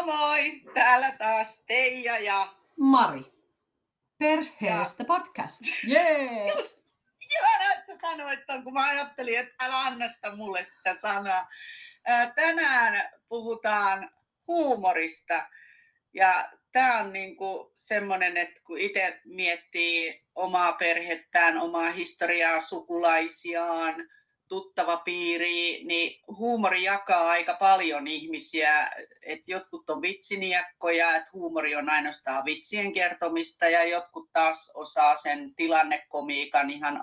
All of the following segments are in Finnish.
moi! Täällä taas Teija ja Mari. Perheestä podcast. Jee! Just, ihana, että sä sanoit ton, kun mä ajattelin, että älä anna sitä mulle sitä sanaa. Tänään puhutaan huumorista. Ja tää on niinku semmonen, että kun itse miettii omaa perhettään, omaa historiaa, sukulaisiaan, tuttavapiiriä, niin huumori jakaa aika paljon ihmisiä. Et jotkut on vitsiniekkoja, että huumori on ainoastaan vitsien kertomista, ja jotkut taas osaa sen tilannekomiikan ihan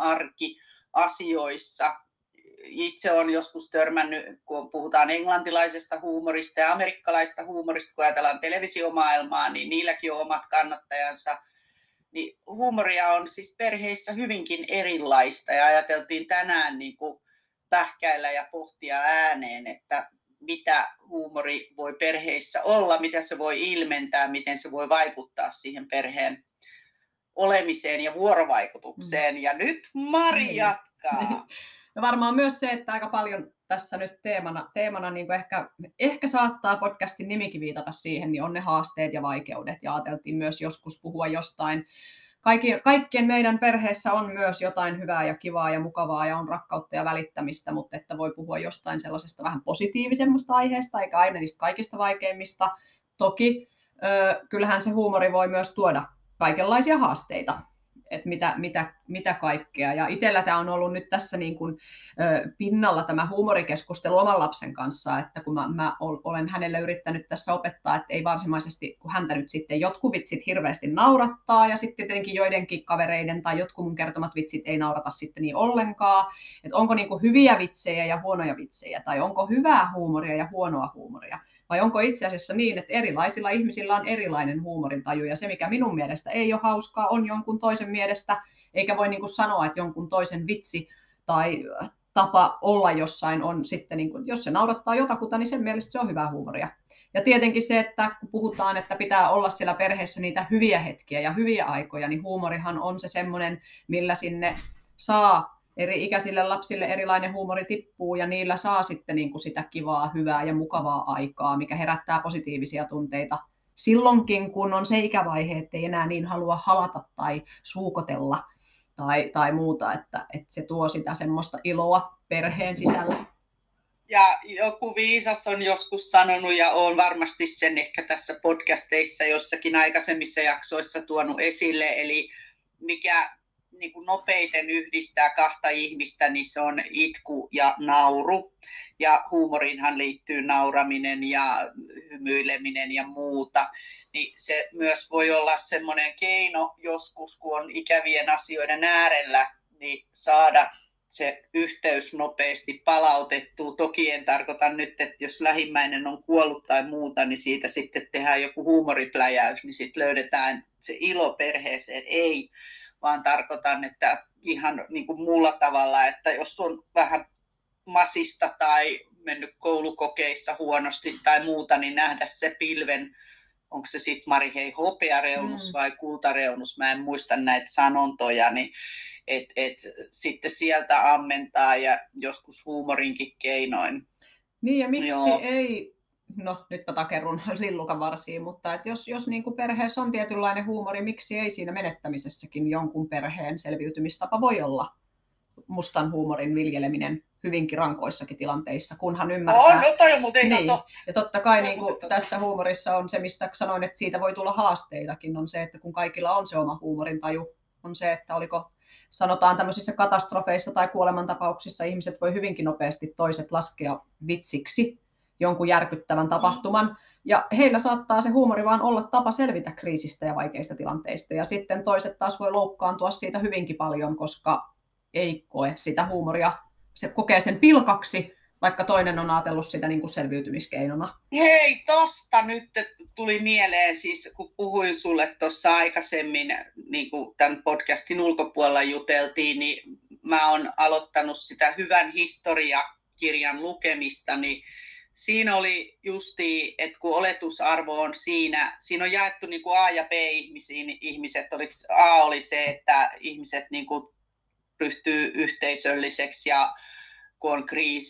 arkiasioissa. Itse olen joskus törmännyt, kun puhutaan englantilaisesta huumorista ja amerikkalaisesta huumorista, kun ajatellaan televisiomaailmaa, niin niilläkin on omat kannattajansa. Niin huumoria on siis perheissä hyvinkin erilaista, ja ajateltiin tänään niin kuin pähkäillä ja pohtia ääneen, että mitä huumori voi perheissä olla, mitä se voi ilmentää, miten se voi vaikuttaa siihen perheen olemiseen ja vuorovaikutukseen. Ja nyt Mari jatkaa. Ja varmaan myös se, että aika paljon tässä nyt teemana niin kuin ehkä saattaa podcastin nimikin viitata siihen, niin on ne haasteet ja vaikeudet. Ja ajateltiin myös joskus puhua jostain. Kaikkien meidän perheessä on myös jotain hyvää ja kivaa ja mukavaa ja on rakkautta ja välittämistä, mutta että voi puhua jostain sellaisesta vähän positiivisemmasta aiheesta, eikä aina niistä kaikista vaikeimmista. Toki kyllähän se huumori voi myös tuoda kaikenlaisia haasteita. Että mitä kaikkea. Ja itsellä tämä on ollut nyt tässä niin kuin, pinnalla tämä huumorikeskustelu oman lapsen kanssa, että kun mä olen hänelle yrittänyt tässä opettaa, että ei varsinaisesti, kun häntä nyt sitten jotkut vitsit hirveästi naurattaa, ja sitten tietenkin joidenkin kavereiden tai jotkut mun kertomat vitsit ei naurata sitten niin ollenkaan, että onko niin kuin hyviä vitsejä ja huonoja vitsejä, tai onko hyvää huumoria ja huonoa huumoria, vai onko itse asiassa niin, että erilaisilla ihmisillä on erilainen huumorintaju, ja se mikä minun mielestä ei ole hauskaa, on jonkun toisen mielestä, eikä voi niin kuin sanoa, että jonkun toisen vitsi tai tapa olla jossain on sitten, niin kuin, jos se naurattaa jotakuta, niin sen mielestä se on hyvää huumoria. Ja tietenkin se, että kun puhutaan, että pitää olla siellä perheessä niitä hyviä hetkiä ja hyviä aikoja, niin huumorihan on se semmoinen, millä sinne saa eri ikäisille lapsille erilainen huumori tippuu, ja niillä saa sitten niin kuin sitä kivaa, hyvää ja mukavaa aikaa, mikä herättää positiivisia tunteita silloinkin, kun on se ikävaihe, ettei enää niin halua halata tai suukotella tai muuta, että se tuo sitä semmoista iloa perheen sisällä. Ja joku viisas on joskus sanonut, ja olen varmasti sen ehkä tässä podcasteissa jossakin aikaisemmissa jaksoissa tuonut esille, eli mikä niin kuin nopeiten yhdistää kahta ihmistä, niin se on itku ja nauru. Ja huumoriinhan liittyy nauraminen ja hymyileminen ja muuta. Niin se myös voi olla semmoinen keino joskus, kun on ikävien asioiden äärellä, niin saada se yhteys nopeasti palautettua. Toki en tarkoita nyt, että jos lähimmäinen on kuollut tai muuta, niin siitä sitten tehdään joku huumoripläjäys, niin sitten löydetään se ilo perheeseen. Ei, vaan tarkoitan, että ihan niin kuin muulla tavalla, että jos on vähän masista tai mennyt koulukokeissa huonosti tai muuta, niin nähdä se pilven, onko se sitten Mari hei hopeareunus vai kultareunus, mä en muista näitä sanontoja, niin sitten sieltä ammentaa ja joskus huumorinkin keinoin. Niin ja miksi ei, no nyt mä takerrun lillukan varsiin, mutta että jos niin kuin perheessä on tietynlainen huumori, miksi ei siinä menettämisessäkin jonkun perheen selviytymistapa voi olla mustan huumorin viljeleminen hyvinkin rankoissakin tilanteissa, kunhan ymmärtää. No toi on muuten niin. Ja totta kai niin kuin tässä huumorissa on se, mistä sanoin, että siitä voi tulla haasteitakin, on se, että kun kaikilla on se oma huumorintaju, on se, että oliko sanotaan tämmöisissä katastrofeissa tai kuolemantapauksissa ihmiset voi hyvinkin nopeasti toiset laskea vitsiksi jonkun järkyttävän tapahtuman, ja heillä saattaa se huumori vaan olla tapa selvitä kriisistä ja vaikeista tilanteista, ja sitten toiset taas voi loukkaantua siitä hyvinkin paljon, koska ei koe sitä huumoria, se kokee sen pilkaksi, vaikka toinen on ajatellut sitä niin kuin selviytymiskeinona. Hei, tosta nyt tuli mieleen, siis kun puhuin sulle tuossa aikaisemmin, niin kuin tämän podcastin ulkopuolella juteltiin, niin mä oon aloittanut sitä hyvän historiakirjan lukemista, niin siinä oli justiin, että kun oletusarvo on siinä on jaettu niin kuin A- ja B-ihmisiin, A oli se, että ihmiset niin kuin ryhtyy yhteisölliseksi ja kun on kriisi,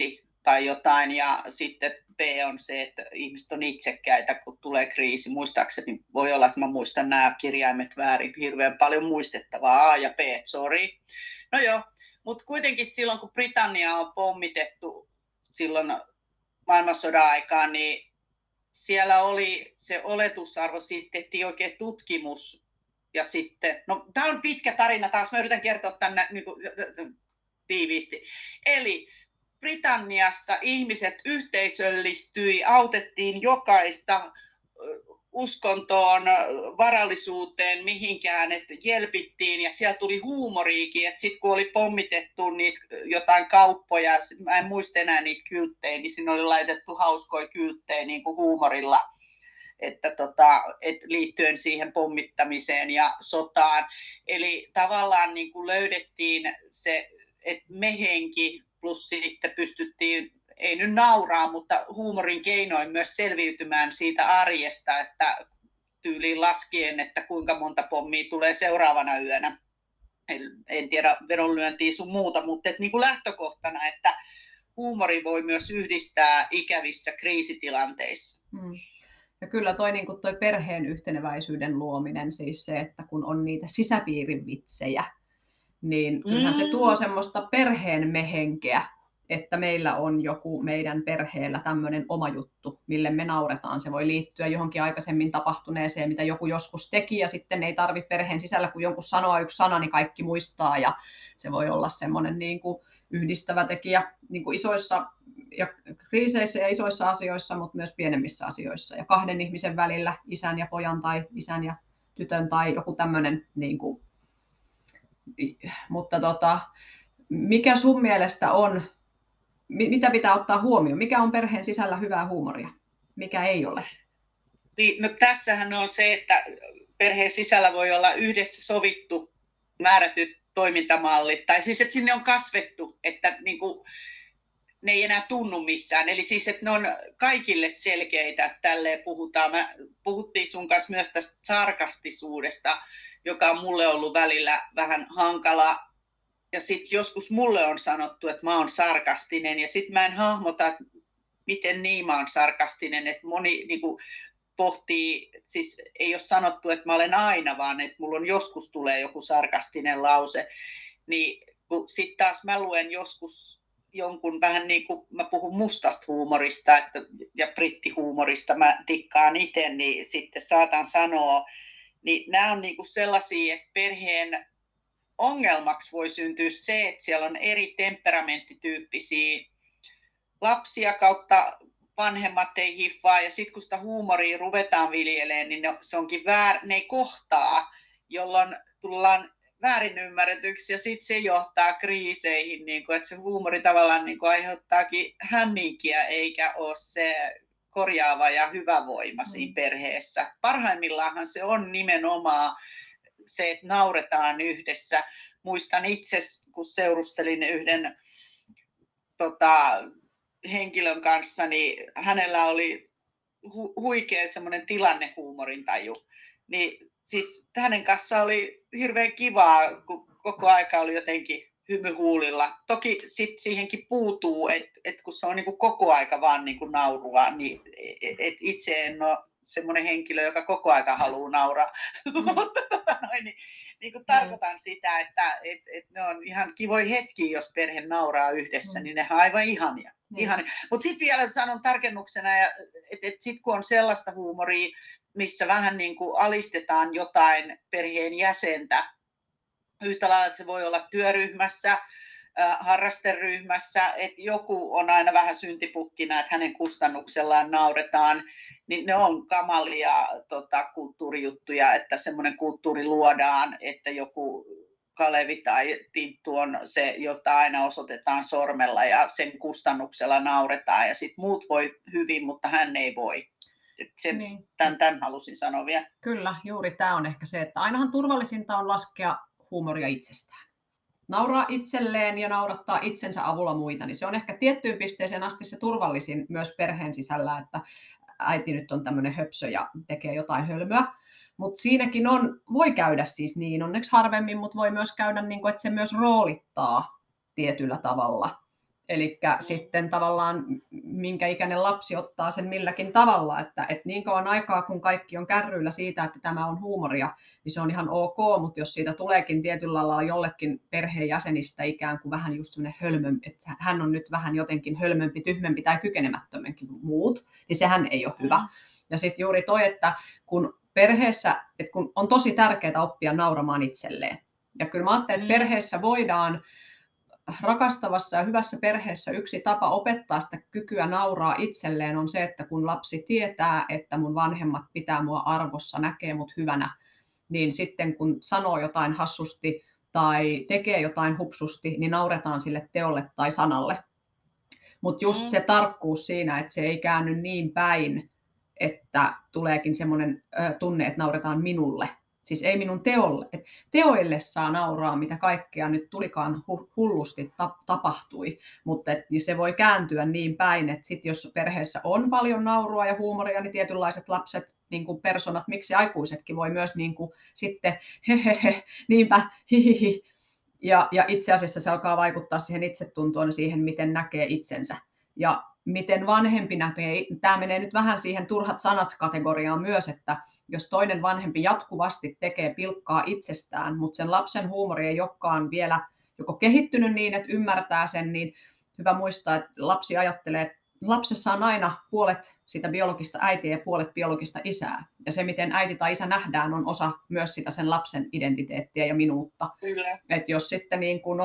tai jotain, ja sitten B on se, että ihmiset on itsekkäitä, kun tulee kriisi. Muistaakseni voi olla, että mä muistan nämä kirjaimet väärin, hirveän paljon muistettavaa, A ja B, sorry. No joo, mutta kuitenkin silloin, kun Britannia on pommitettu silloin maailmansodan aikaan, niin siellä oli se oletusarvo, siitä tehtiin oikein tutkimus, ja sitten, no tämä on pitkä tarina taas, mä yritän kertoa tämän niin kuin, tiiviisti. Eli Britanniassa ihmiset yhteisöllistyi, autettiin jokaista uskontoon, varallisuuteen, mihinkään, että jelpittiin ja siellä tuli huumoriikin, että sitten kun oli pommitettu niitä jotain kauppoja, mä en muista enää niitä kylttejä, niin siinä oli laitettu hauskoja kylttejä niin kuin huumorilla, että liittyen siihen pommittamiseen ja sotaan. Eli tavallaan niin kuin löydettiin se, että mehenki plus sitten pystyttiin, ei nyt nauraa, mutta huumorin keinoin myös selviytymään siitä arjesta, että tyyliin laskien, että kuinka monta pommia tulee seuraavana yönä. En tiedä vedonlyöntiä sun muuta, mutta niin kuin lähtökohtana, että huumori voi myös yhdistää ikävissä kriisitilanteissa. Ja kyllä toi perheen yhteneväisyyden luominen, siis se, että kun on niitä sisäpiirin vitsejä, niin kyllähän se tuo semmoista perheen mehenkeä, että meillä on joku meidän perheellä tämmöinen oma juttu, mille me nauretaan. Se voi liittyä johonkin aikaisemmin tapahtuneeseen, mitä joku joskus teki, ja sitten ei tarvitse perheen sisällä, kun jonkun sanoa yksi sana, niin kaikki muistaa, ja se voi olla semmoinen niin kuin yhdistävä tekijä niin kuin isoissa ja kriiseissä ja isoissa asioissa, mutta myös pienemmissä asioissa. Ja kahden ihmisen välillä, isän ja pojan tai isän ja tytön tai joku tämmöinen, niin kuin, mutta mikä sun mielestä on, mitä pitää ottaa huomioon? Mikä on perheen sisällä hyvää huumoria? Mikä ei ole? No tässähän on se, että perheen sisällä voi olla yhdessä sovittu määrätyt toimintamallit, tai siis että sinne on kasvettu, että niin kuin, ne ei enää tunnu missään. Eli siis, että ne on kaikille selkeitä, tälleen puhutaan. Puhuttiin sun kanssa myös tästä sarkastisuudesta, joka on mulle ollut välillä vähän hankala. Ja sitten joskus mulle on sanottu, että mä oon sarkastinen, ja sitten mä en hahmota, että miten niin mä oon sarkastinen. Että moni niin kuin pohtii, siis ei ole sanottu, että mä olen aina, vaan että mulla on joskus tulee joku sarkastinen lause. Niin sitten taas mä luen joskus jonkun vähän niin kuin, mä puhun mustasta huumorista ja brittihuumorista, mä dikkaan itse, niin sitten saatan sanoa, niin nämä on niin kuin sellaisia, että perheen ongelmaksi voi syntyä se, että siellä on eri temperamenttityyppisiä lapsia kautta vanhemmat ei hiffaa, ja sitten kun sitä huumoria ruvetaan viljelemään, niin se onkin ne ei kohtaa, jolloin tullaan väärinymmärretyksi, ja sitten se johtaa kriiseihin, niin kuin, että se huumori tavallaan niin kuin aiheuttaakin hämminkiä, eikä ole se korjaava ja hyvä voima siinä perheessä. Parhaimmillaanhan se on nimenomaan se, että nauretaan yhdessä. Muistan itse, kun seurustelin yhden henkilön kanssa, niin hänellä oli huikea semmoinen tilannehuumorintaju. Niin siis hänen kanssa oli hirveän kivaa, kun koko aika oli jotenkin hymyhuulilla. Toki sit siihenkin puutuu, että kun se on niin kuin koko aika vaan niin kuin naurua, niin itse en ole semmoinen henkilö, joka koko aika haluaa nauraa. Mutta niin kuin tarkoitan sitä, että ne on ihan kivoja hetkiä, jos perhe nauraa yhdessä, niin ne on aivan ihania. Mutta sitten vielä sanon tarkennuksena, että sitten kun on sellaista huumoria, missä vähän niin kuin alistetaan jotain perheen jäsentä, yhtä lailla se voi olla työryhmässä, harrasteryhmässä, että joku on aina vähän syntipukkina, että hänen kustannuksellaan nauretaan, niin ne on kamalia kulttuurijuttuja, että semmoinen kulttuuri luodaan, että joku Kalevi tai Tinttu on se, jota aina osoitetaan sormella ja sen kustannuksella nauretaan, ja sitten muut voi hyvin, mutta hän ei voi. Niin. Tämän halusin sanoa vielä. Kyllä, juuri tämä on ehkä se, että ainahan turvallisinta on laskea huumoria itsestään. Nauraa itselleen ja naurattaa itsensä avulla muita, niin se on ehkä tiettyyn pisteeseen asti se turvallisin myös perheen sisällä, että äiti nyt on tämmöinen höpsö ja tekee jotain hölmöä. Mutta siinäkin voi käydä siis niin, onneksi harvemmin, mutta voi myös käydä niin kuin, että se myös roolittaa tietyllä tavalla. Eli sitten tavallaan minkä ikäinen lapsi ottaa sen milläkin tavalla, että niin kauan aikaa, kun kaikki on kärryillä siitä, että tämä on huumoria, niin se on ihan ok, mutta jos siitä tuleekin tietyllä lailla jollekin perheenjäsenistä ikään kuin vähän just semmoinen hölmömpi, että hän on nyt vähän jotenkin hölmömpi, tyhmempi tai kykenemättömänkin kuin muut, niin sehän ei ole hyvä. Ja sitten juuri toi, että kun perheessä, että kun on tosi tärkeää oppia nauramaan itselleen. Ja kyllä mä ajattelen, että perheessä voidaan, rakastavassa ja hyvässä perheessä yksi tapa opettaa sitä kykyä nauraa itselleen on se, että kun lapsi tietää, että mun vanhemmat pitää mua arvossa, näkee mut hyvänä, niin sitten kun sanoo jotain hassusti tai tekee jotain hupsusti, niin nauretaan sille teolle tai sanalle. Mutta just se tarkkuus siinä, että se ei käänny niin päin, että tuleekin semmoinen tunne, että nauretaan minulle. Siis ei minun teolle. Et teoille saa nauraa, mitä kaikkea nyt tulikaan hullusti tapahtui, mutta se voi kääntyä niin päin, että sit jos perheessä on paljon naurua ja huumoria, niin tietynlaiset lapset, niin kuin personat, miksi aikuisetkin voi myös niin kuin sitten hehehe, niinpä hihihi. Ja itse asiassa se alkaa vaikuttaa siihen itsetuntoon ja siihen, miten näkee itsensä. Ja miten vanhempi näkee, tämä menee nyt vähän siihen turhat sanat kategoriaan myös, että jos toinen vanhempi jatkuvasti tekee pilkkaa itsestään, mutta sen lapsen huumori ei olekaan vielä joko kehittynyt niin, että ymmärtää sen, niin hyvä muistaa, että lapsi ajattelee, että lapsessa on aina puolet sitä biologista äitiä ja puolet biologista isää. Ja se, miten äiti tai isä nähdään, on osa myös sitä sen lapsen identiteettiä ja minuutta. Että jos sitten niin kun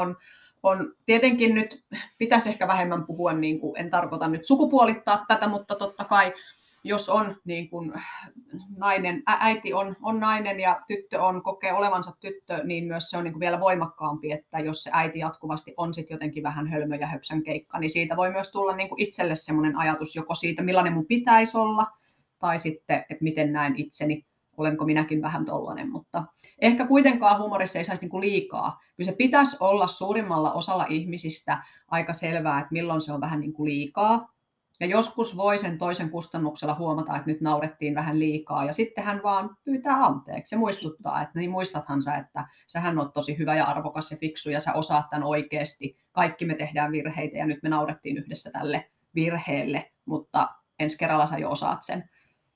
on tietenkin nyt, pitäisi ehkä vähemmän puhua, niin kuin, en tarkoita nyt sukupuolittaa tätä, mutta totta kai, jos on niin kuin nainen, äiti on nainen ja tyttö kokee olevansa tyttö, niin myös se on niin kuin vielä voimakkaampi, että jos se äiti jatkuvasti on sitten jotenkin vähän hölmö ja höpsän keikka, niin siitä voi myös tulla niin kuin itselle semmoinen ajatus joko siitä, millainen mun pitäisi olla, tai sitten, että miten näen itseni, olenko minäkin vähän tollainen, mutta ehkä kuitenkaan huumorissa ei saisi niin kuin liikaa. Kyllä se pitäisi olla suurimmalla osalla ihmisistä aika selvää, että milloin se on vähän niin kuin liikaa. Ja joskus voi sen toisen kustannuksella huomata, että nyt naurettiin vähän liikaa, ja sitten hän vaan pyytää anteeksi ja muistuttaa, että niin muistathan sä, että sähän oot tosi hyvä ja arvokas ja fiksu, ja sä osaat tämän oikeasti. Kaikki me tehdään virheitä, ja nyt me naurettiin yhdessä tälle virheelle, mutta ensi kerralla sä jo osaat sen.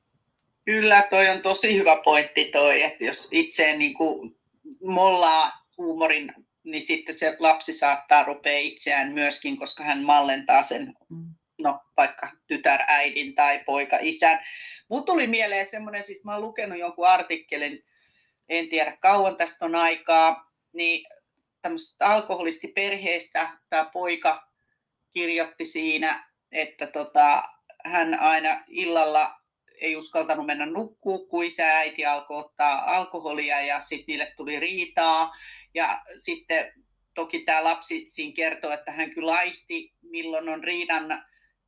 Kyllä, toi on tosi hyvä pointti toi, että jos itse niin kuin mollaa huumorin, niin sitten se lapsi saattaa rupea itseään myöskin, koska hän mallentaa sen, vaikka tytäräidin tai poika-isän. Mun tuli mieleen semmoinen, siis mä oon lukenut jonkun artikkelin, en tiedä kauan tästä on aikaa, niin tämmöisestä alkoholistiperheestä tämä poika kirjoitti siinä, että hän aina illalla ei uskaltanut mennä nukkuu, kun isä ja äiti alkoi ottaa alkoholia ja sitten niille tuli riitaa. Ja sitten toki tämä lapsi siinä kertoo, että hän kyllä aisti, milloin on riidan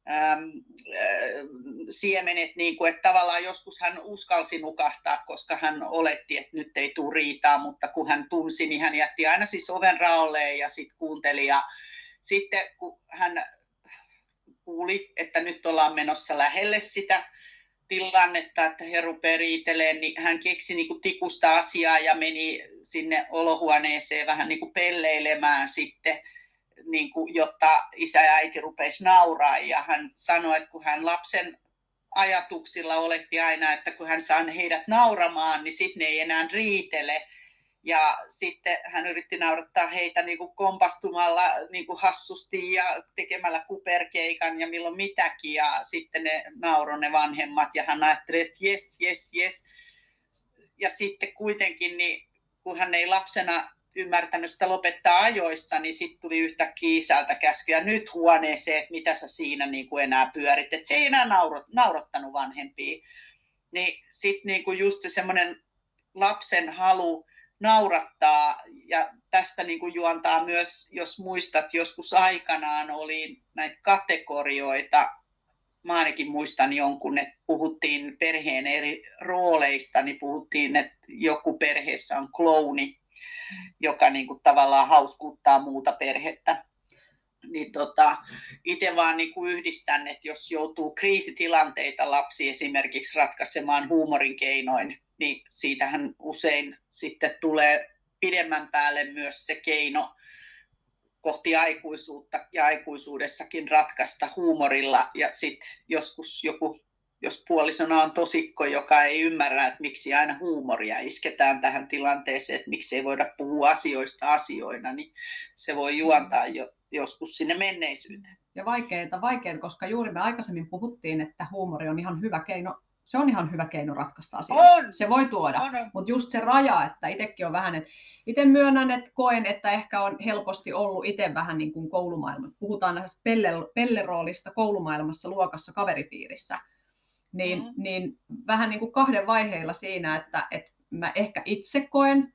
siemenet, niin kuin, että tavallaan joskus hän uskalsi nukahtaa, koska hän oletti, että nyt ei tule riitaa, mutta kun hän tunsi, niin hän jätti aina siis oven raolleen ja sitten kuunteli. Ja sitten kun hän kuuli, että nyt ollaan menossa lähelle sitä tilannetta, että he rupeaa riitelemään, niin hän keksi niin kuin tikusta asiaa ja meni sinne olohuoneeseen vähän niin kuin pelleilemään sitten, niin kuin, jotta isä ja äiti rupesi nauraa. Ja hän sanoi, että kun hän lapsen ajatuksilla oletti aina, että kun hän saa heidät nauramaan, niin sitten ne ei enää riitele. Ja sitten hän yritti naurattaa heitä niin kuin kompastumalla niin kuin hassusti ja tekemällä kuperkeikan ja milloin mitäkin. Ja sitten ne nauroi ne vanhemmat ja hän ajatteli, että jes. Ja sitten kuitenkin, niin, kun hän ei lapsena ymmärtänyt sitä lopettaa ajoissa, niin sitten tuli yhtäkkiä isältä käsky ja nyt huoneeseen, että mitä sä siinä niin kuin enää pyörit. Että se ei enää naurattanut vanhempia. Niin sitten niin kuin just se semmoinen lapsen halu naurattaa, ja tästä niin kuin juontaa myös, jos muistat, joskus aikanaan oli näitä kategorioita, mä ainakin muistan jonkun, että puhuttiin perheen eri rooleista, niin puhuttiin, että joku perheessä on klouni, joka niin kuin tavallaan hauskuuttaa muuta perhettä. Niin itse vaan niin kuin yhdistän, että jos joutuu kriisitilanteita lapsi esimerkiksi ratkaisemaan huumorin keinoin, niin siitähän usein sitten tulee pidemmän päälle myös se keino kohti aikuisuutta ja aikuisuudessakin ratkaista huumorilla. Ja sitten joskus jos puolisona on tosikko, joka ei ymmärrä, että miksi aina huumoria isketään tähän tilanteeseen, että miksi ei voida puhua asioista asioina, niin se voi juontaa joskus sinne menneisyyteen. Ja vaikeita, koska juuri me aikaisemmin puhuttiin, että huumori on ihan hyvä keino. Se on ihan hyvä keino ratkaista asioita. Se voi tuoda, mutta just se raja, että itsekin on vähän, että itse myönnän, että koen, että ehkä on helposti ollut itse vähän niin kuin koulumaailma. Puhutaan näistä pelleroolista koulumaailmassa, luokassa, kaveripiirissä. Niin vähän niin kuin kahden vaiheilla siinä, että mä ehkä itse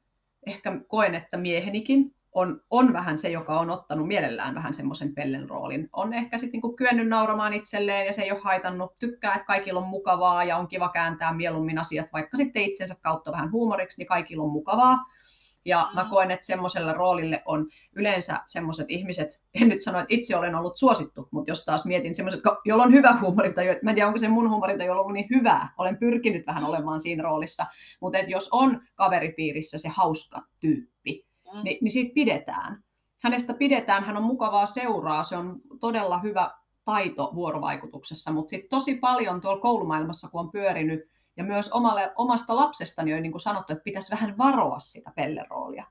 koen, että miehenikin on vähän se, joka on ottanut mielellään vähän semmoisen pellen roolin. On ehkä sitten niinku kyennyt nauramaan itselleen ja se ei ole haitannut. Tykkää, että kaikilla on mukavaa ja on kiva kääntää mieluummin asiat, vaikka sitten itsensä kautta vähän huumoriksi, niin kaikilla on mukavaa. Ja mä koen, että semmoiselle roolille on yleensä semmoiset ihmiset, en nyt sano, että itse olen ollut suosittu, mutta jos taas mietin semmoiset, joilla on hyvä huumorintaju, mä en tiedä, onko se mun huumorintaju ollut niin hyvää, olen pyrkinyt vähän olemaan siinä roolissa, mutta että jos on kaveripiirissä se hauska tyyppi, niin siitä pidetään. Hänestä pidetään, hän on mukavaa seuraa, se on todella hyvä taito vuorovaikutuksessa, mutta sitten tosi paljon tuolla koulumaailmassa, kun on pyörinyt, ja myös omasta lapsestani on niin kuin sanottu, että pitäisi vähän varoa sitä pelleroolia.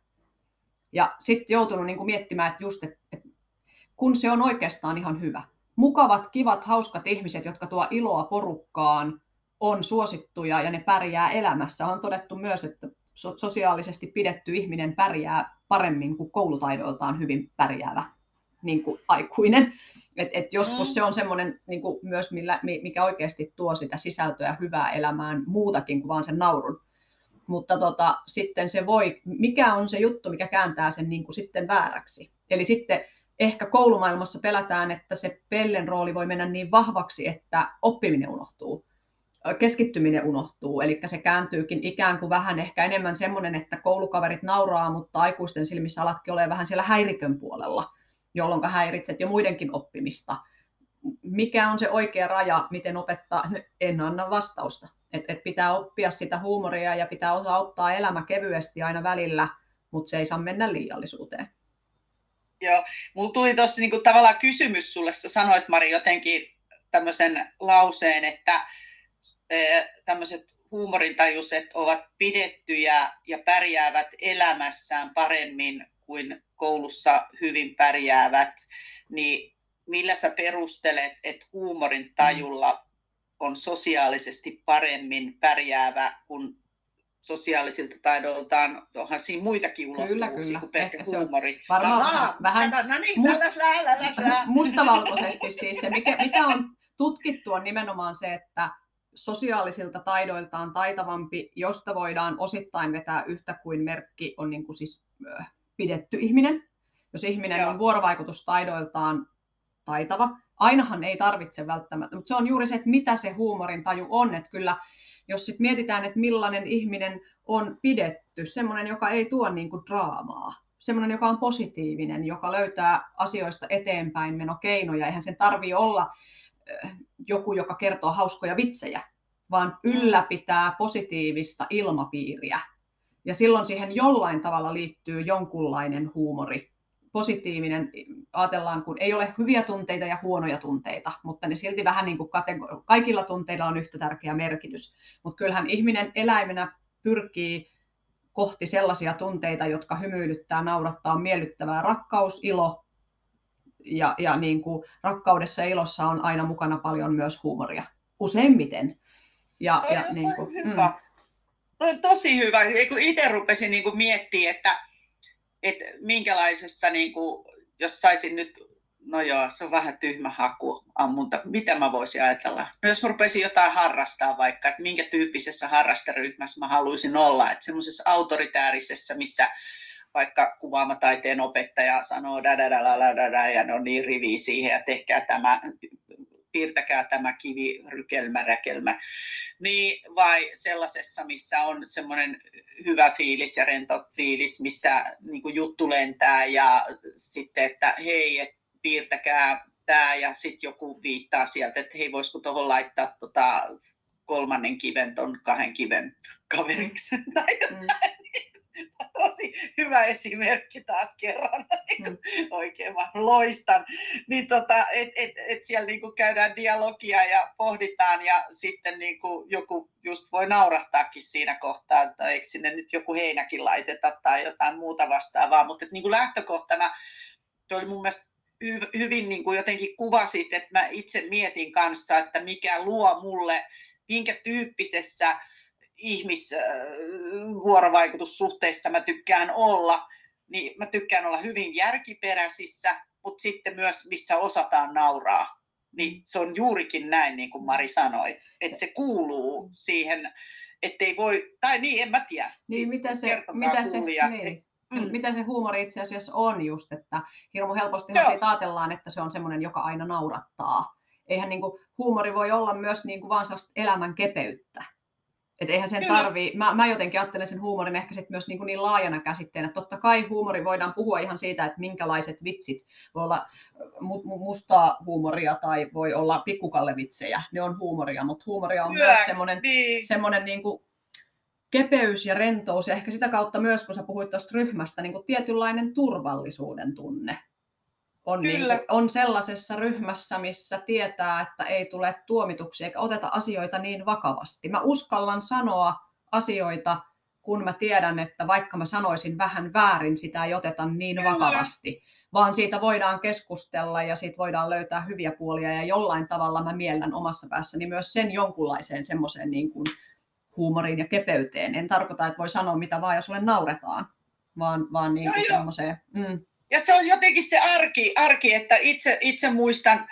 Ja sitten joutunut niin kuin miettimään, että just, että kun se on oikeastaan ihan hyvä. Mukavat, kivat, hauskat ihmiset, jotka tuo iloa porukkaan, on suosittuja ja ne pärjää elämässä. On todettu myös, että sosiaalisesti pidetty ihminen pärjää paremmin kuin koulutaidoiltaan hyvin pärjäävä niin kuin aikuinen. Et joskus se on semmoinen niin kuin myös, mikä oikeasti tuo sitä sisältöä hyvää elämään muutakin kuin vaan sen naurun. Mutta sitten se mikä on se juttu, mikä kääntää sen niin kuin sitten vääräksi. Eli sitten ehkä koulumaailmassa pelätään, että se pellen rooli voi mennä niin vahvaksi, että oppiminen unohtuu. Keskittyminen unohtuu, eli se kääntyykin ikään kuin vähän ehkä enemmän semmoinen, että koulukaverit nauraa, mutta aikuisten silmissä alatkin olemaan vähän siellä häirikön puolella, jolloin häiritset jo muidenkin oppimista. Mikä on se oikea raja, miten opettaa? En anna vastausta. Et pitää oppia sitä huumoria ja pitää osaa ottaa elämä kevyesti aina välillä, mutta se ei saa mennä liiallisuuteen. Joo, mulla tuli tuossa niinku tavallaan kysymys sulle, sä sanoit Mari jotenkin tämmöisen lauseen, että tämmöiset huumorintajuiset ovat pidettyjä ja pärjäävät elämässään paremmin kuin koulussa hyvin pärjäävät, niin millä sä perustelet, että huumorintajulla on sosiaalisesti paremmin pärjäävä kuin sosiaalisilta taidoiltaan? Onhan siinä muitakin ulottuvuuksia kuin pelkkä huumori. Varmaan vähän mustavalkoisesti siis se, mikä on tutkittu on nimenomaan se, että sosiaalisilta taidoiltaan taitavampi, josta voidaan osittain vetää yhtä kuin merkki, on niin kuin siis pidetty ihminen. Jos ihminen on vuorovaikutustaidoiltaan taitava, ainahan ei tarvitse välttämättä, mutta se on juuri se, että mitä se huumorintaju on. Että kyllä, jos sit mietitään, että millainen ihminen on pidetty, semmoinen, joka ei tuo niin kuin draamaa, semmoinen, joka on positiivinen, joka löytää asioista eteenpäin menokeinoja, eihän sen tarvitse olla joku, joka kertoo hauskoja vitsejä, vaan ylläpitää positiivista ilmapiiriä. Ja silloin siihen jollain tavalla liittyy jonkunlainen huumori. Positiivinen, ajatellaan, kun ei ole hyviä tunteita ja huonoja tunteita, mutta ne silti vähän niin kuin kaikilla tunteilla on yhtä tärkeä merkitys. Mutta kyllähän ihminen eläimenä pyrkii kohti sellaisia tunteita, jotka hymyilyttää, naurattaa, miellyttävää. Rakkaus, ilo. Ja niin kuin rakkaudessa ja ilossa on aina mukana paljon myös huumoria. Useimmiten. Ja niin kuin, hyvä. On tosi hyvä. Kun itse rupesin niin kuin miettimään, että minkälaisessa, niin kuin, jos saisin nyt, no joo, se on vähän tyhmä haku ammunta, mitä mä voisin ajatella? No jos mä rupesin jotain harrastaa vaikka, että minkä tyyppisessä harrasteryhmässä mä haluaisin olla, että semmoisessa autoritäärisessä, missä vaikka kuvaamataiteen opettaja sanoo ja no niin rivi siihen ja tehkää tämä, piirtäkää tämä kivirykelmä, räkelmä. Niin, vai sellaisessa, missä on semmoinen hyvä fiilis ja rento fiilis, missä niin kuin juttu lentää ja sitten, että hei, piirtäkää tämä ja sitten joku viittaa sieltä, että hei, voisiko tuohon laittaa kolmannen kiven ton 2 kiven kaveriksi tai jotain. tosi hyvä esimerkki taas kerran. Oikein mä loistan. Niin et siellä niinku käydään dialogia ja pohditaan ja sitten niinku joku just voi naurahtaakin siinä kohtaa, että eikö sinne nyt joku heinäkin laiteta tai jotain muuta vastaavaa. Mutta niinku lähtökohtana se oli mun mielestä hyvin niinku jotenkin kuvasit, että mä itse mietin kanssa, että mikä luo mulle, minkä tyyppisessä ihmisvuorovaikutussuhteissa mä tykkään olla, niin mä tykkään olla hyvin järkiperäisissä, mutta sitten myös missä osataan nauraa. Niin se on juurikin näin, niin kuin Mari sanoit, että se kuuluu siihen, ettei voi, tai niin, en mä tiedä. Niin, siis mitä se huumori itse asiassa on just, että hirmu helposti siitä ajatellaan, että se on semmoinen, joka aina naurattaa. Eihän niin kuin, huumori voi olla myös niin kuin vaan sellaista elämän kepeyttä. Että eihän sen tarvii, mä jotenkin ajattelen sen huumorin ehkä sit myös niin laajana käsitteenä. Totta kai huumori voidaan puhua ihan siitä, että minkälaiset vitsit voi olla mustaa huumoria tai voi olla pikkukallevitsejä, ne on huumoria, mutta huumoria on myös semmoinen niin kuin kepeys ja rentous ja ehkä sitä kautta myös, kun sä puhuit tuosta ryhmästä, niin kuin tietynlainen turvallisuuden tunne. On sellaisessa ryhmässä, missä tietää, että ei tule tuomituksi eikä oteta asioita niin vakavasti. Mä uskallan sanoa asioita, kun mä tiedän, että vaikka mä sanoisin vähän väärin, sitä ei oteta niin vakavasti, vaan siitä voidaan keskustella ja siitä voidaan löytää hyviä puolia ja jollain tavalla mä miellän omassa päässäni myös sen jonkunlaiseen semmoiseen niin kuin huumoriin ja kepeyteen. En tarkoita, että voi sanoa mitä vaan ja sulle nauretaan, vaan niin kuin semmoiseen. Ja se on jotenkin se arki että itse muistan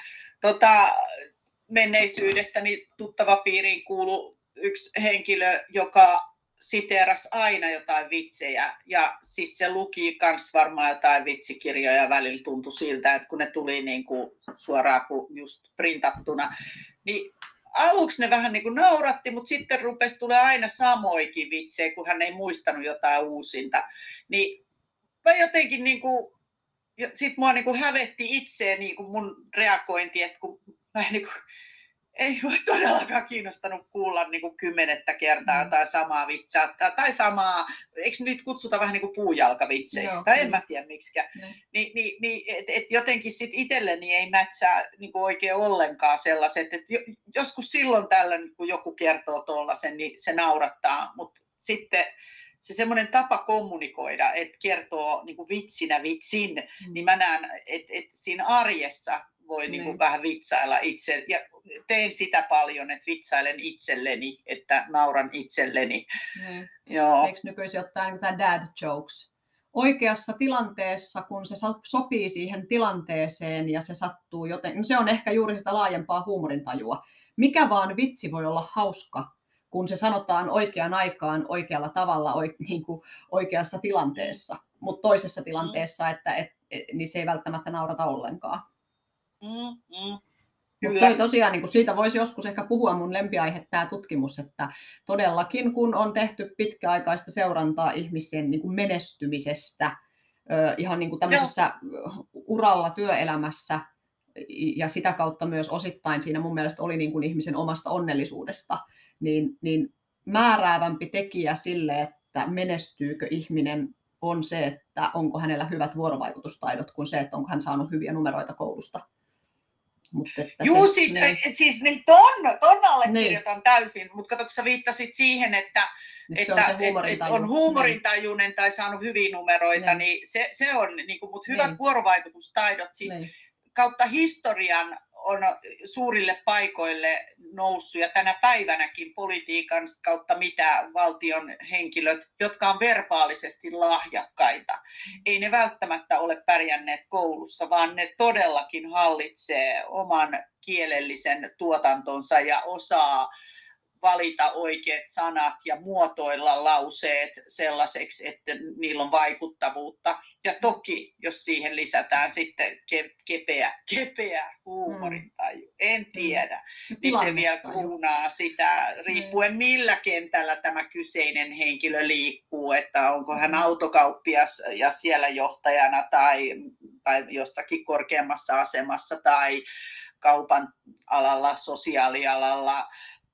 menneisyydestäni tuttavapiiriin kuului yksi henkilö, joka siteerasi aina jotain vitsejä. Ja siis se luki kans varmaan jotain vitsikirjoja, välillä tuntui siltä, että kun ne tuli niin kuin suoraan just printattuna, niin aluksi ne vähän niin kuin nauratti, mutta sitten rupesi tulee aina samoikin vitsejä, kun hän ei muistanut jotain uusinta. Niin mä jotenkin niin kuin sitten mua niin kuin hävetti itseä niin kuin mun reagointi, että kun mä niin kuin, ei ole todellakaan kiinnostanut kuulla niin kuin 10 kertaa jotain samaa vitsaa tai samaa, eikö nyt kutsuta vähän niin kuin puujalkavitseistä, en mä tiedä miksikään. Et jotenkin sitten itselleni ei mätsää niin kuin oikein ollenkaan sellaiset, että joskus silloin tällöin, kun joku kertoo tollasen, niin se naurattaa, mutta sitten se semmoinen tapa kommunikoida, että kertoo niin kuin vitsinä vitsin, niin mä näen, että siinä arjessa voi niin kuin vähän vitsailla itse. Ja teen sitä paljon, että vitsailen itselleni, että nauran itselleni. Joo. Eikö nykyisin ottaa niin kuin tämä dad jokes? Oikeassa tilanteessa, kun se sopii siihen tilanteeseen ja se sattuu joten, se on ehkä juuri sitä laajempaa huumorintajua. Mikä vaan vitsi voi olla hauska, kun se sanotaan oikeaan aikaan oikealla tavalla niin kuin oikeassa tilanteessa, mutta toisessa tilanteessa, niin se ei välttämättä naurata ollenkaan. Mutta tosiaan niin siitä voisi joskus ehkä puhua mun lempiaihe, tämä tutkimus, että todellakin kun on tehty pitkäaikaista seurantaa ihmisen niin kuin menestymisestä ihan niin kuin tämmöisessä uralla työelämässä, ja sitä kautta myös osittain siinä mun mielestä oli niin kuin ihmisen omasta onnellisuudesta, niin määräävämpi tekijä sille, että menestyykö ihminen, on se, että onko hänellä hyvät vuorovaikutustaidot, kuin se, että onko hän saanut hyviä numeroita koulusta. Siis ton allekirjoitan täysin, mutta kato, kun sä viittasit siihen, että on huumorintajuinen tai saanut hyviä numeroita, niin se on, niin kuin, mutta hyvät vuorovaikutustaidot, siis kautta historian on suurille paikoille noussut ja tänä päivänäkin politiikan kautta mitä valtion henkilöt, jotka on verbaalisesti lahjakkaita. Ei ne välttämättä ole pärjänneet koulussa, vaan ne todellakin hallitsee oman kielellisen tuotantonsa ja osaa valita oikeat sanat ja muotoilla lauseet sellaiseksi, että niillä on vaikuttavuutta. Ja toki, jos siihen lisätään sitten kepeä huumorintaju, en tiedä, niin se vielä kruunaa sitä, riippuen millä kentällä tämä kyseinen henkilö liikkuu, että onko hän autokauppias ja siellä johtajana tai jossakin korkeammassa asemassa tai kaupan alalla, sosiaalialalla,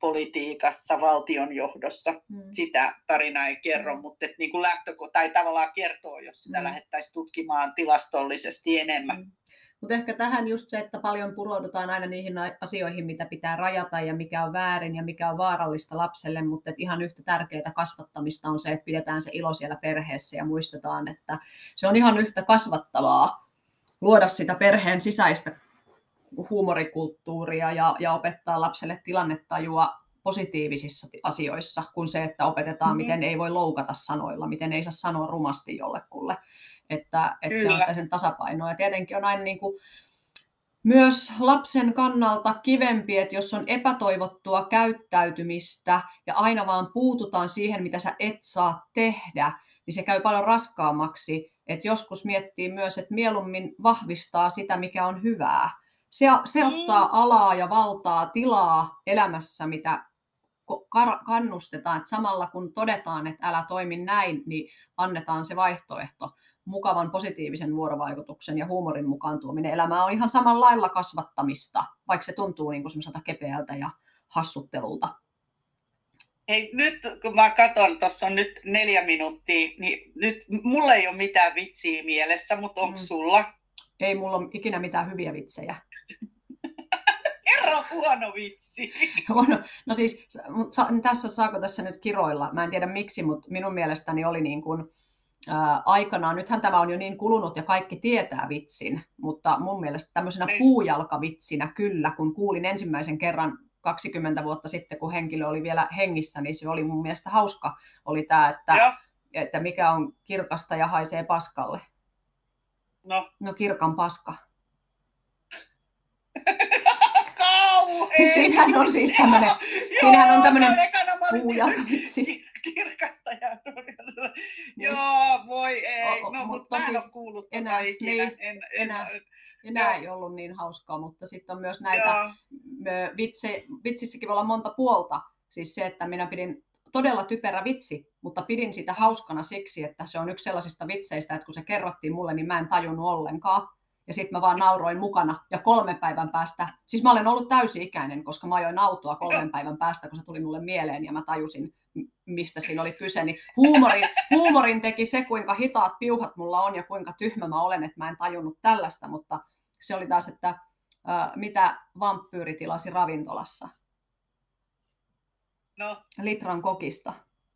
politiikassa, valtionjohdossa. Sitä tarinaa ei kerro, mutta niin kuin tai tavallaan kertoo, jos sitä lähdettäisiin tutkimaan tilastollisesti enemmän. Mutta ehkä tähän just se, että paljon puroudutaan aina niihin asioihin, mitä pitää rajata ja mikä on väärin ja mikä on vaarallista lapselle, mutta ihan yhtä tärkeää kasvattamista on se, että pidetään se ilo siellä perheessä ja muistetaan, että se on ihan yhtä kasvattavaa luoda sitä perheen sisäistä huumorikulttuuria ja opettaa lapselle tilannetajua positiivisissa asioissa, kuin se, että opetetaan, miten ei voi loukata sanoilla, miten ei saa sanoa rumasti jollekulle. Että se on sitä sen tasapainoa. Ja tietenkin on aina niin kuin myös lapsen kannalta kivempi, että jos on epätoivottua käyttäytymistä ja aina vaan puututaan siihen, mitä sä et saa tehdä, niin se käy paljon raskaammaksi. Että joskus miettii myös, että mieluummin vahvistaa sitä, mikä on hyvää. Se ottaa alaa ja valtaa, tilaa elämässä, mitä kannustetaan. Että samalla kun todetaan, että älä toimi näin, niin annetaan se vaihtoehto. Mukavan positiivisen vuorovaikutuksen ja huumorin mukaan tuominen elämään on ihan samalla lailla kasvattamista, vaikka se tuntuu niin kuin semmoiselta kepeältä ja hassuttelulta. Hei, nyt kun mä katson, tuossa on nyt 4 minuuttia, niin nyt mulla ei ole mitään vitsiä mielessä, mutta onko sulla? Ei mulla ole ikinä mitään hyviä vitsejä. Kerro huono vitsi. No siis, tässä saako tässä nyt kiroilla? Mä en tiedä miksi, mutta minun mielestäni oli niin kuin aikanaan, nythän tämä on jo niin kulunut ja kaikki tietää vitsin, mutta mun mielestä tämmöisenä puujalkavitsinä kyllä, kun kuulin ensimmäisen kerran 20 vuotta sitten, kun henkilö oli vielä hengissä, niin se oli mun mielestä hauska, oli tämä, että mikä on kirkasta ja haisee paskalle. No kirkan paska. Siinähän on siis tämmöinen puujalkavitsi. Kirkasta ja joo, voi ei. No, mutta mä en ole kuullut tätä ikinä. Enää ei ollut niin hauskaa, mutta sitten on myös näitä vitsissäkin voi olla monta puolta. Siis se, että minä pidin todella typerä vitsi, mutta pidin sitä hauskana siksi, että se on yksi sellaisista vitseistä, että kun se kerrottiin mulle, niin mä en tajunnut ollenkaan. Ja sitten mä vaan nauroin mukana. Ja 3 päivän päästä, siis mä olen ollut täysi-ikäinen, koska mä ajoin autoa 3 päivän päästä, kun se tuli mulle mieleen ja mä tajusin, mistä siinä oli kyse. Niin huumorin teki se, kuinka hitaat piuhat mulla on ja kuinka tyhmä mä olen, että mä en tajunnut tällaista. Mutta se oli taas, että mitä vampyyri tilasi ravintolassa. Litran kokista.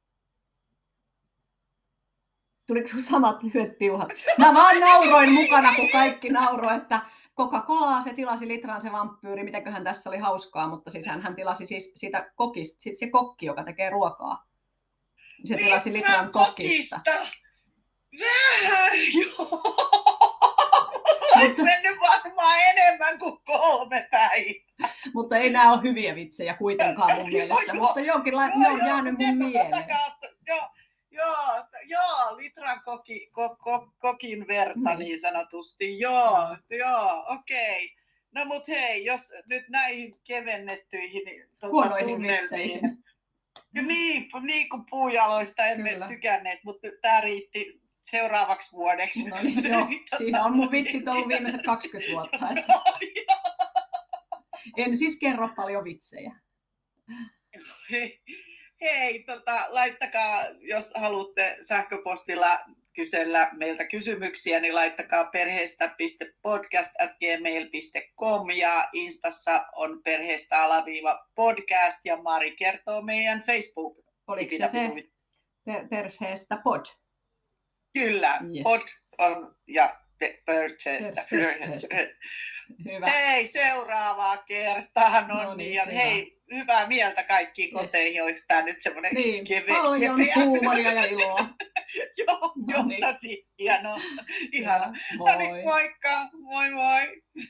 Tuliko sun samat lyhyet piuhat? Mä vaan nauroin mukana, kun kaikki nauroi, että Coca-Colaa se tilasi litran se vampyyri, mitenköhän tässä oli hauskaa, mutta siis hän tilasi siis siitä kokista, siis se kokki, joka tekee ruokaa. Se tilasi litran kokista. Vähän joo. Olisi mennyt varmaan enemmän kuin 3 päivää. Mutta ei nämä ole hyviä vitsejä kuitenkaan mun mielestä, mutta jonkinlainen ne on jäänyt mun mieleen. Joo, litran kokin verta niin sanotusti. Joo, okei. No mut hei, jos nyt näihin kevennettyihin huonoihin vitseihin. Niin kuin puujaloista emme tykänneet, mutta tää riitti seuraavaksi vuodeksi. No niin, joo. Siinä on mun vitsit ollut viimeiset 20 vuotta. En siis kerro paljon vitsejä. Hei, laittakaa, jos haluatte sähköpostilla kysellä meiltä kysymyksiä, niin laittakaa perheestä.podcast@gmail.com ja Instassa on perheestä_podcast ja Mari kertoo meidän Facebook. Oliko se perheestä pod? Kyllä, yes. Pod on ja perheestä. Hyvä. Hei, seuraavaa kertaa. No niin, ja hei, hyvää mieltä kaikkiin koteihin. Oliko tämä nyt semmoinen paljon huumoria ja iloa. Joo, tosi hienoa. Ihana. No niin, moikka. Moi moi.